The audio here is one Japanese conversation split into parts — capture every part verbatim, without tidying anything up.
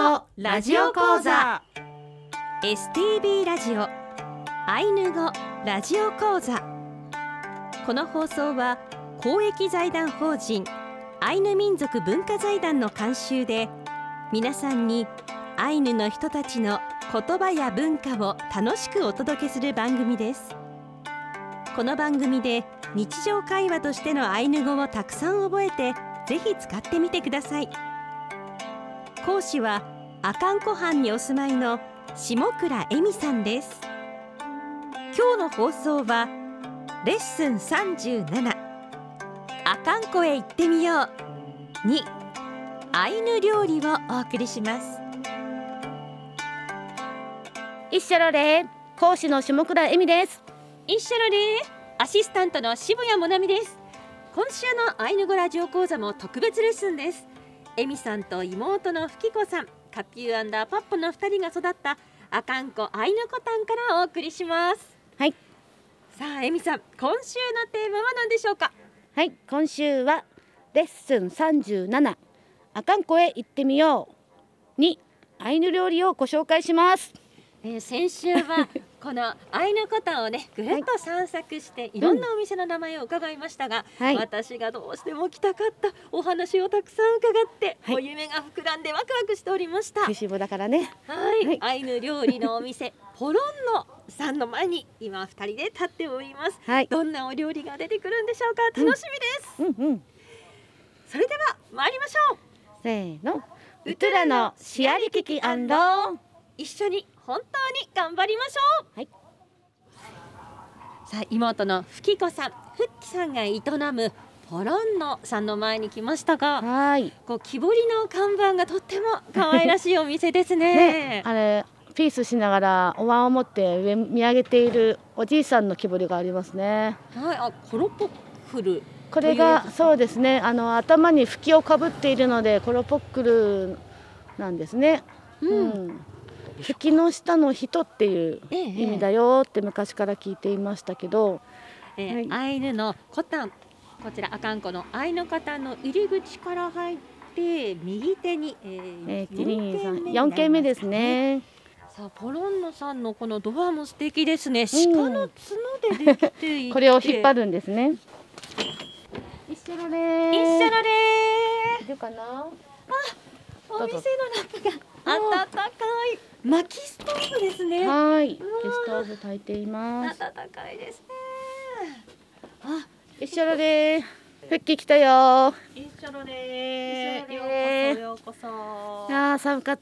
語ラジオ講座エスティービー ラジオアイヌ語ラジオ講座。この放送は公益財団法人アイヌ民族文化財団の監修で、皆さんにアイヌの人たちの言葉や文化を楽しくお届けする番組です。この番組で日常会話としてのアイヌ語をたくさん覚えて、ぜひ使ってみてください。講師は阿寒湖畔にお住まいの下倉恵美さんです。今日の放送はレッスンさんじゅうなな、阿寒湖へ行ってみようにアイヌ料理をお送りします。 一緒のれ講師の下倉恵美です。 一緒のれアシスタントの渋谷もなみです。今週のアイヌ語ラジオ講座も特別レッスンです。恵美さんと妹のふきこさん、カピューアンダーパッポのふたりが育った阿寒湖アイヌコタンからお送りします。 はい。 さあ恵美さん、今週のテーマは何でしょうか？ はい、今週はレッスンさんじゅうなな、阿寒湖へ行ってみようにアイヌ料理をご紹介します。 えー、先週はこのアイヌコタンをねぐるっと散策して、はい、いろんなお店の名前を伺いましたが、うん、私がどうしても来たかったお話をたくさん伺って、はい、お夢が膨らんでワクワクしておりました。 美味しいもだからね。 はい、はい、アイヌ料理のお店ポロンノさんの前に今ふたりで立っております、はい、どんなお料理が出てくるんでしょうか？楽しみです、うんうんうん、それでは参りましょう。 せーの、ウトゥラのシアリキキアンド一緒に本当に頑張りましょう、はい、さあ妹のふきこさん、ふっきさんが営むポロンノさんの前に来ましたが、はい、こう木彫りの看板がとっても可愛らしいお店ですね。 ね、あれピースしながらお椀を持って上見上げているおじいさんの木彫りがありますね。 はい、あ、コロポックル、 これがそうですね、あの頭に吹きをかぶっているのでコロポックルなんですね、うんうん、吹きの下の人っていう意味だよって昔から聞いていましたけど、 ええ、はい、アイヌのコタン、こちら阿寒湖のアイヌコタンの入り口から入って右手に、えーえー、よんけんめですね。 さあポロンノさんのこのドアも素敵ですね。鹿の角でできていて、 これを引っ張るんですね。一緒のね一緒のねいるかな。あ、 お店の中が暖かい薪ストーブですね。 はい、薪ストーブ焚いています。 暖かいですね。 あ、一緒のねふっき来たよ。 一緒のねようこそようこそ。 いや寒かった。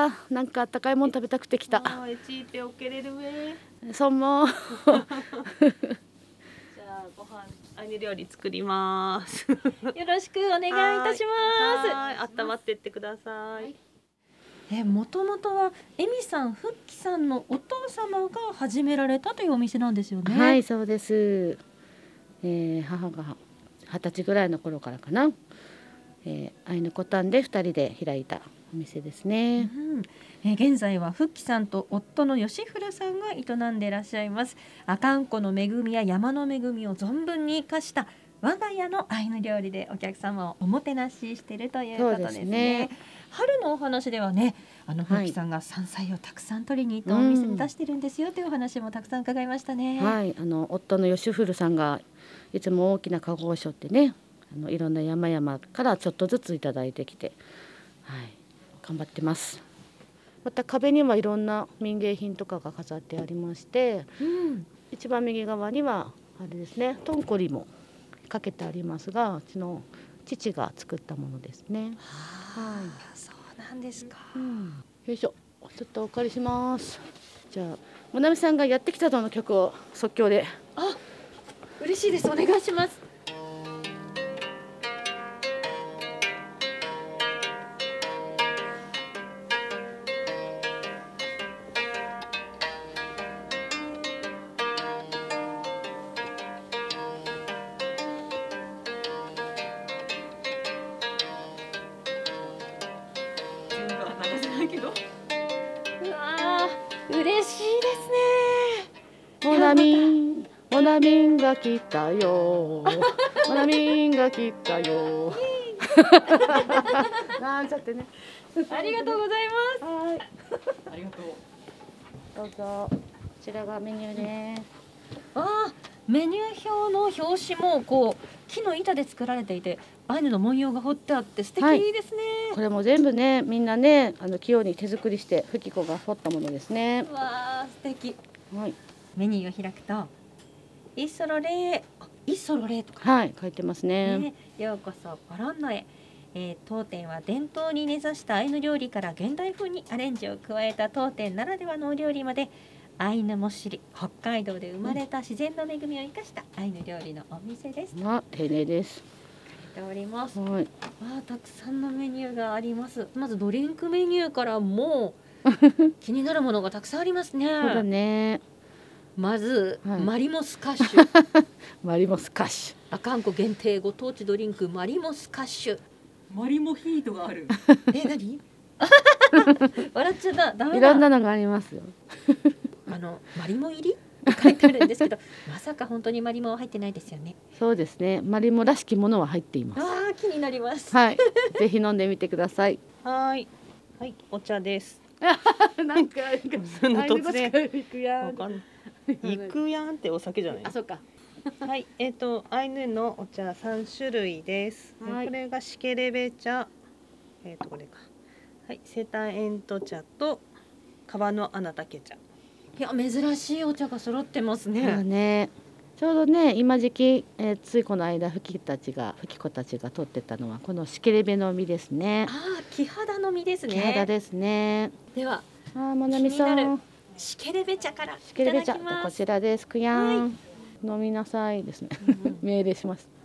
なんか暖かいもの食べたくて来た。 ちいておけれるね。 そんも。 じゃあご飯アイヌ料理作ります。よろしくお願いいたします。はい、温まってってください。はい、え、もともとは恵美さん、ふっきさんのお父様が始められたというお店なんですよね。 はい、そうです。えー、母が二十歳ぐらいの頃からかな、えー、アイヌコタンでふたりで開いたお店ですね。 うん、えー、現在はふっきさんと夫の吉古さんが営んでいらっしゃいます。阿寒湖の恵みや山の恵みを存分に生かした我が家のアイヌ料理でお客様をおもてなししているということですね。そうですね。春のお話ではね、あのふっきさんが山菜をたくさん取りに行ってお店に出してるんですよというお話もたくさん伺いましたね。 はい、あの夫の吉古さんがいつも大きなカゴを背負ってね、あのいろんな山々からちょっとずついただいてきて、はい、頑張ってます。また壁にはいろんな民芸品とかが飾ってありまして、うん、一番右側にはあれですね、トンコリもかけてありますが、うちの父が作ったものですね。 はい、そうなんですか、 うん、よいしょ、ちょっとお借りします。じゃあもなみさんがやってきたとの曲を即興で。 あ、嬉しいです。お願いします。うわー、嬉しいですね。 モナミンモナミンが来たよモナミンが来たよなんちゃってね。 ありがとうございまはい。 ありがとう。 どうぞ。こちらがメニューね。 す。ああ、メニュー表の表紙もこう木の板で作られていて、アイヌの文様が彫ってあって素敵ですね。 これも全部ね、みんなね、あの器用に手作りしてフキコが彫ったものですね。 うわあ、素敵。 はい。 メニューを開くと、イッソロレー、あ、イッソロレーとか、 はい、書いてますね。 ね、ようこそポロンノへ。えー当店は伝統に根ざしたアイヌ料理から現代風にアレンジを加えた当店ならではのお料理まで、アイヌも知り北海道で生まれた自然の恵みを生かしたアイヌ料理のお店です。とまあ、丁寧です。 書いております。わはい。 あ、たくさんのメニューがあります。まずドリンクメニューからも気になるものがたくさんありますね。 そうだね。 まず、 はいマリモスカッシュマリモスカッシ阿寒湖限定ご当地ドリンクマリモスカッシュ。 マリモヒートがある。 え、何笑っちゃった。ダュ。 メだ。 いろんなのがありますよ。 あのマリモ入りって書いてあるんですけどまさか本当にマリモは入ってないですよね。 そうですね。マリモらしきものは入っています。 ああ、気になります。 はい。ぜひ飲んでみてください。 はい。はい、お茶です。 なんか、 その突然行くやわかんない。行くやんってお酒じゃないあ、。そうか。 はい、えっ、とアイヌのお茶三種類です。 はいこれがシケレベ茶、えっ、とこれか。はい、セタエント茶と川の穴竹茶。 いや、珍しいお茶が揃ってますそうね。 ね。ちょうどね、今時期、えーついこの間、フキたちが、フキ子たちが取ってたのは、このシケレベの実ですね。 ああ、木肌の実ですね。 木肌ですね。 ではあー、まなみさ気になんる。 シシケレベ茶からいケレベ茶、 ただきます。 こちらです。くやん。飲みなさいですね。命令します。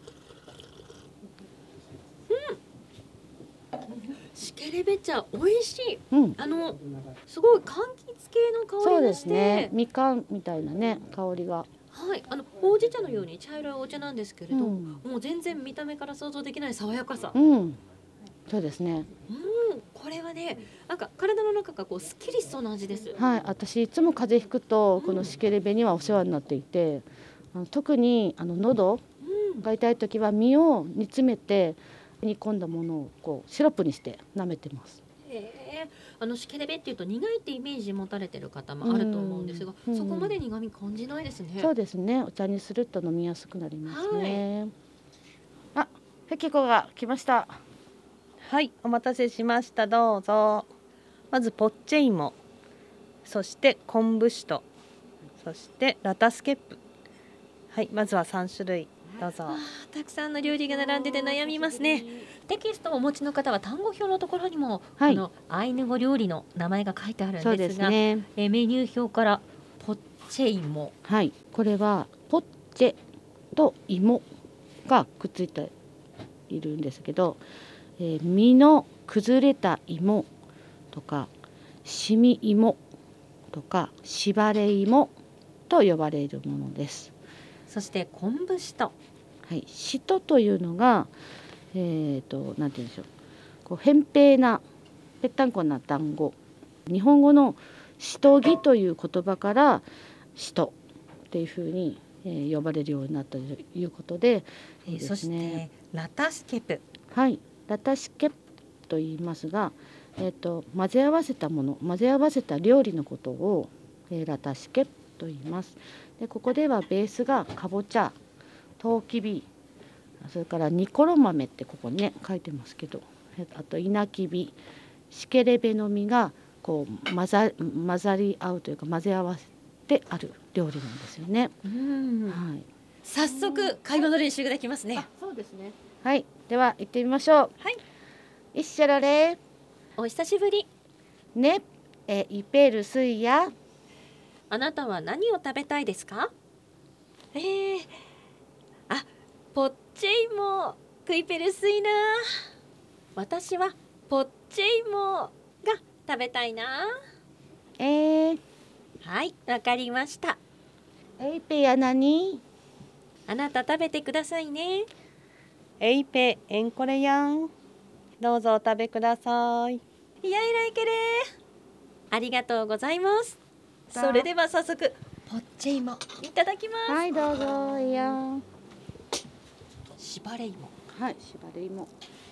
シケレベ茶美味しい。 うん。 あのすごい柑橘系の香そうでりがして、 すね。みかんみたいなね、香りが。 はい、あのほうじ茶のように茶色いお茶なんですけれど、 うんもう全然見た目から想像できない爽やかさ。 うん。そうですね。 うん、これはね、なんか体の中がこうすっきりしそうな味です。 はい、私いつも風邪ひくとこのシケレベにはお世話になっていて、あの特にあの喉うん、 が痛い時は実を煮詰めて煮込んだものをこうシロップにして舐めてます。 へえ、あのシケレベっていうと苦いってイメージ持たれてる方もあると思うんですが、 うんそこまで苦味感じないですね。 そうですね。お茶にすると飲みやすくなりますね。あ、フキコが来ました。 はい、お待たせしました。どうぞ。まずポッチェイモ、そして昆布酒と、そしてラタスケップ。はい、まずは三種類。どうぞ。 あー、たくさんの料理が並んでて悩みますね。テキストをお持ちの方は単語表のところにも、 はいあのアイヌ語料理の名前が書いてあるんですが、 そうですね。 えーメニュー表からポッチェイモ、 はい、これはポッチェと芋がくっついているんですけど、えー実の崩れた芋とかしみ芋とかしばれ芋と呼ばれるものです。 そして昆布酒と、 はい、しとというのが、えー、となんて言うんでしょう、こう扁平なぺったんこな団子、日本語のしとぎという言葉からしとっていうふうに、えー呼ばれるようになったということで、 えーそうですそしてね、 ラタスケプ、 はい、ラタシケと言いますが、えー、と混ぜ合わせたもの、混ぜ合わせた料理のことを、えーラタシケと言います。でここではベースがかぼちゃ、とうきび、それからニコロ豆ってここにね書いてますけど、えあと稲きび、シケレベの実がこう混ざ混ざり合うというか混ぜ合わせてある料理なんですよね。 うん、 はい。 早速会話の練習ができますね。 そうですね。はい、では行ってみましょう。 はい、 いっしゃられお久しぶり。 ねえイペルスイヤ。 あなたは何を食べたいですか？えー、あ、ポッチェイモクイペルスイな。私はポッチェイモが食べたいな。 えー、 はい、わかりました。 エイペやなに？ あなた食べてくださいね。 エイペエンコレヤン。どうぞお食べください。 いやいらいけれ。ありがとうございます。 さあそれでは早速ポッチェイモいただきます。 はいどうぞいや。 しばれ芋。 はい、しばれ芋。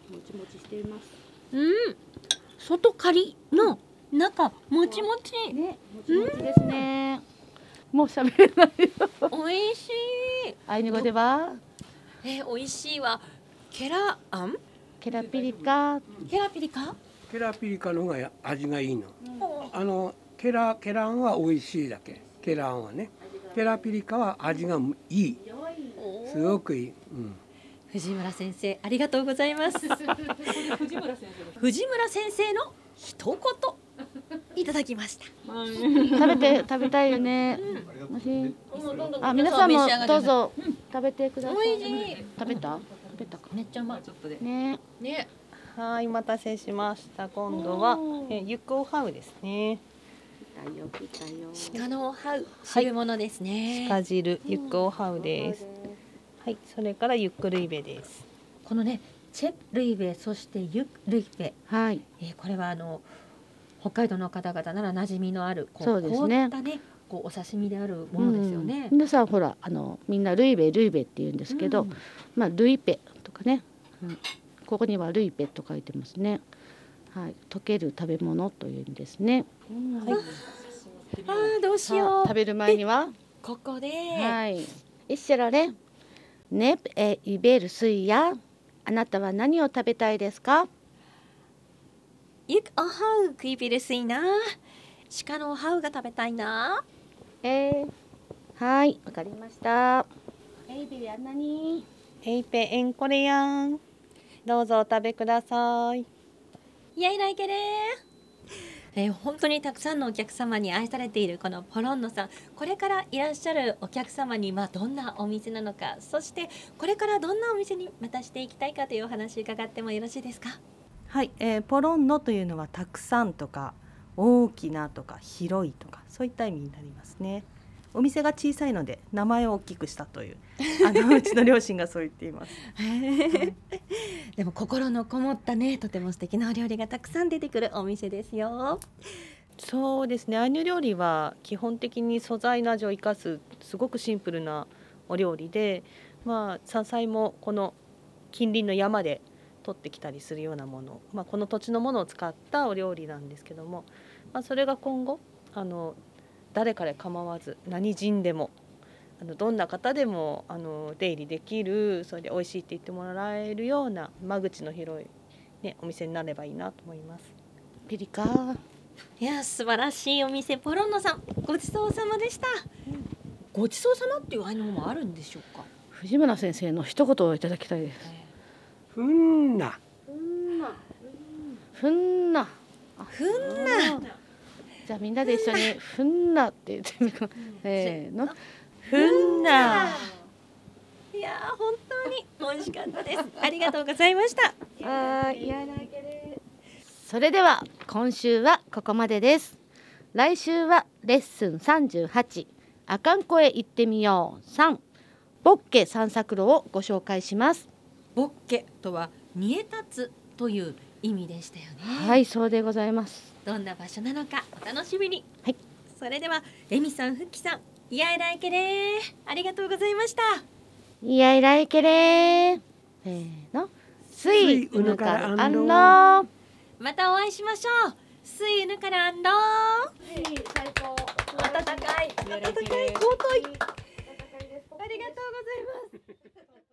もちもちしています。 うん。外カリの中もちもち。 ね、もちもちですね。もう喋れないよ。 美味しい。 アイヌ語ではえー、美味しいはケラアン？ ケラピリカ。 ケラピリカ？ ケラピリカの方が味がいいの。 おあのケラケランは美味しいだけ。ケランはね。ケラピリカは味がいい。すごくいい。うん。 藤村先生ありがとうございます。藤村先生。藤村先生の一言いただきました。 食べて食べたいよね。もしあ、皆さんもどうぞ食べてください。 美味しい。 食べた？食べたか。 めっちゃうまい。ちょっとで。 ね。 ね。 はい、お待たせしました。今度はおーえユックオハウですね。 来たよ来たよ。 鹿のハウ汁物ですね。 鹿汁ユックオハウです。はい、それからユックルイベです。 このねチェルイベそしてユルイベ、 はい。 えー、これはあの北海道の方々なら馴染みのあるこうそうですね凍ったねこうお刺身であるものですよね。 うん、皆さんほらあのみんなルイベルイベって言うんですけど、 うんまあルイペとかね、うん、ここにはルイペと書いてますね。はい、溶ける食べ物という意味ですね。 はい、 あーどうしさよう。 あ食べる前には、 ここで、 はい、一緒られ、ネプエイベルスイヤ、あなたは何を食べたいですか？ ゆくおはうクイビルスイな。鹿のハウが食べたいな。 えー、はい、わかりました。エイベルあんなに。 エイペエンコレヤン。どうぞお食べください。 イエイライケレー。えー、本当にたくさんのお客様に愛されているこのポロンノさん、これからいらっしゃるお客様にまあどんなお店なのか、そしてこれからどんなお店にまたしていきたいかというお話伺ってもよろしいですか？ はい、えー、ポロンノというのはたくさんとか大きなとか広いとかそういった意味になりますね。お店が小さいので名前を大きくしたというあのうちの両親がそう言っています。 でも心のこもったねとても素敵なお料理がたくさん出てくるお店ですよ。 そうですね、アイヌ料理は基本的に素材の味を生かすすごくシンプルなお料理で、まあ山菜もこの近隣の山で取ってきたりするようなもの、まあ、この土地のものを使ったお料理なんですけども、まあ、それが今後あの誰彼構わず何人でもあのどんな方でもあの出入りできる、それで美味しいって言ってもらえるような間口の広い、ね、お店になればいいなと思います。 ピリカ。 いや素晴らしいお店ポロンノさんごちそうさまでした。ごちそうさまっていうアイヌ語もあるんでしょうか？ 藤村先生の一言をいただきたいです。 ふんな。 ふんな。 ふんな。 じゃあみんなで一緒にふんなって言ってみよう。せーの。 ふんな。 いやー本当に美味しかったです。ありがとうございました。 はーい。それでは今週はここまでです。来週はレッスンさんじゅうはち、あかんこへ行ってみようさん、ボッケ散策路をご紹介します。 ボッケとは煮え立つという意味でしたよね。 はい、そうでございます。 どんな場所なのかお楽しみに。 はい。 それではエミさん、フッキさん、いやいらいけれー、ありがとうございました。 いやいらいけれー。せーの。すいうぬからあんろー。 またお会いしましょう。スイヌからアンロー。 最高。 暖かい、暖かい、尊い。ありがとうございます。